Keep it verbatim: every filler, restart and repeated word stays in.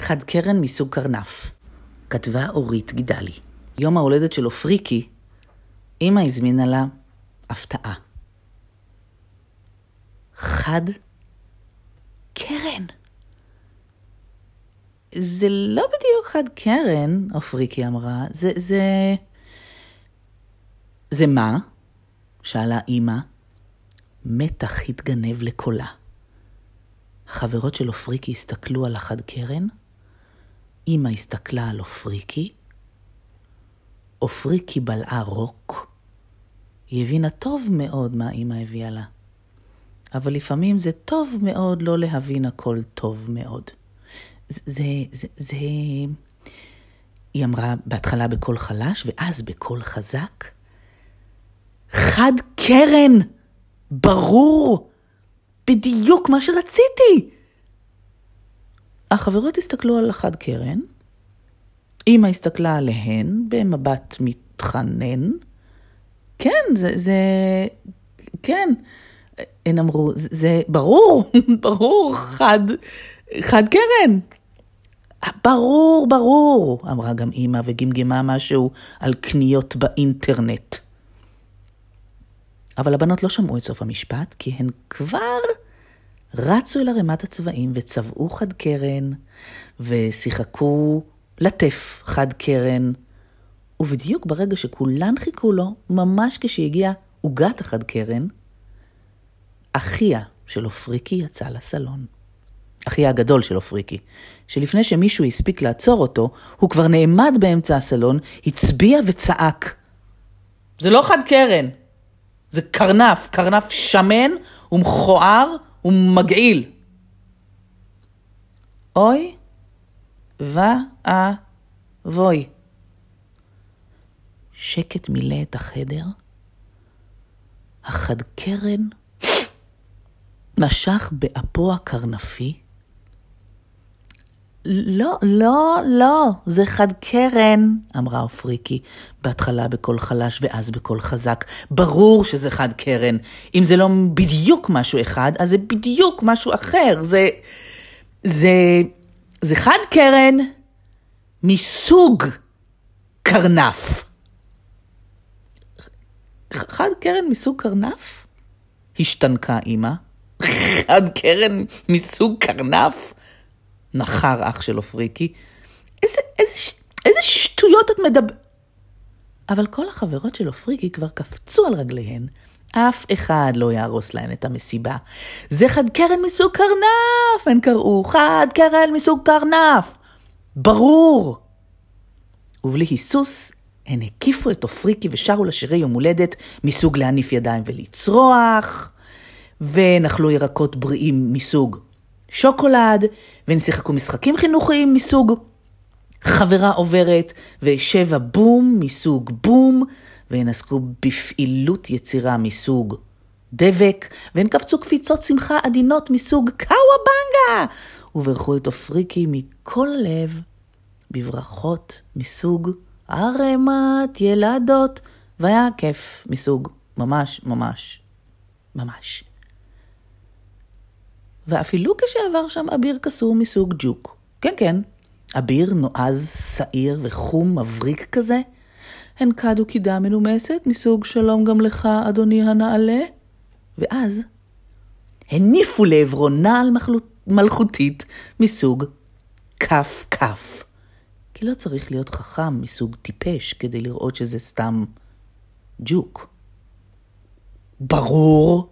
חד קרן מסוג קרנף. כתבה אורית גידלי. יום ההולדת שלו פריקי, אמא הזמינה לה הפתעה. חד קרן. זה לא בדיוק חד קרן, פריקי אמרה. זה, זה... זה מה? שאלה אמא. מתח התגנב לקולה. החברות של פריקי הסתכלו על החד קרן. אמא הסתכלה על פריקי. פריקי בלעה רוק. היא הבינה טוב מאוד מה אמא הביאה לה. אבל לפעמים זה טוב מאוד לא להבין הכל טוב מאוד. זה, זה, זה, זה... היא אמרה בהתחלה בקול חלש ואז בקול חזק. חד קרן! ברור! בדיוק מה שרציתי! החברות הסתכלו על החד קרן. אמא הסתכלה עליהן במבט מתחנן. כן, זה, זה... כן. הן אמרו, זה, זה ברור, ברור, חד, חד קרן. ברור, ברור, אמרה גם אמא וגמגמה משהו על קניות באינטרנט. אבל הבנות לא שמעו את סוף המשפט, כי הן כבר רצו אל הרמת הצבעים וצבעו חד קרן, ושיחקו לטף חד קרן, ובדיוק ברגע שכולן חיכו לו, ממש כשהגיע עוגת החד קרן, אחיה של פריקי יצא לסלון. אחיה הגדול של פריקי, שלפני שמישהו הספיק לעצור אותו, הוא כבר נעמד באמצע הסלון, הצביע וצעק. זה לא חד קרן, זה קרנף, קרנף שמן ומכוער ומגעיל. אוי ואבוי. שקט מילא את החדר. החד קרן משך באפו הקרנפי. לא, לא, לא, זה חד קרן, אמרה פריקי, בהתחלה בקול חלש ואז בקול חזק. ברור שזה חד קרן. אם זה לא בדיוק משהו אחד, אז זה בדיוק משהו אחר. זה, זה, זה חד קרן מסוג קרנף. חד קרן מסוג קרנף? השתנקה אמא. חד קרן מסוג קרנף? נחר אח של פריקי. איזה, איזה, איזה שטויות את מדבר... אבל כל החברות של פריקי כבר קפצו על רגליהן. אף אחד לא יהרוס להן את המסיבה. זה חד קרן מסוג קרנף! הן קראו, חד קרן מסוג קרנף! ברור! ובלי היסוס, הן הקיפו את פריקי ושרו לשירי יום הולדת מסוג להניף ידיים ולצרוח, ונחלו ירקות בריאים מסוג שוקולד, והן שיחקו משחקים חינוכיים מסוג חברה עוברת, ושבע בום מסוג בום, והן עסקו בפעילות יצירה מסוג דבק, והן קפצו קפיצות שמחה עדינות מסוג קאוואבנגה, וברכו את פריקי מכל לב בברכות מסוג ערמת ילדות, והיה כיף מסוג ממש ממש ממש. ואפילו כשעבר שם אביר קסום מסוג ג'וק. כן, כן, אביר נועז, שעיר וחום מבריק כזה. הן קדו קידה מנומסת מסוג שלום גם לך, אדוני הנעלה. ואז הניפו לעברו נעל מלכותית מסוג כף כף. כי לא צריך להיות חכם מסוג טיפש כדי לראות שזה סתם ג'וק. ברור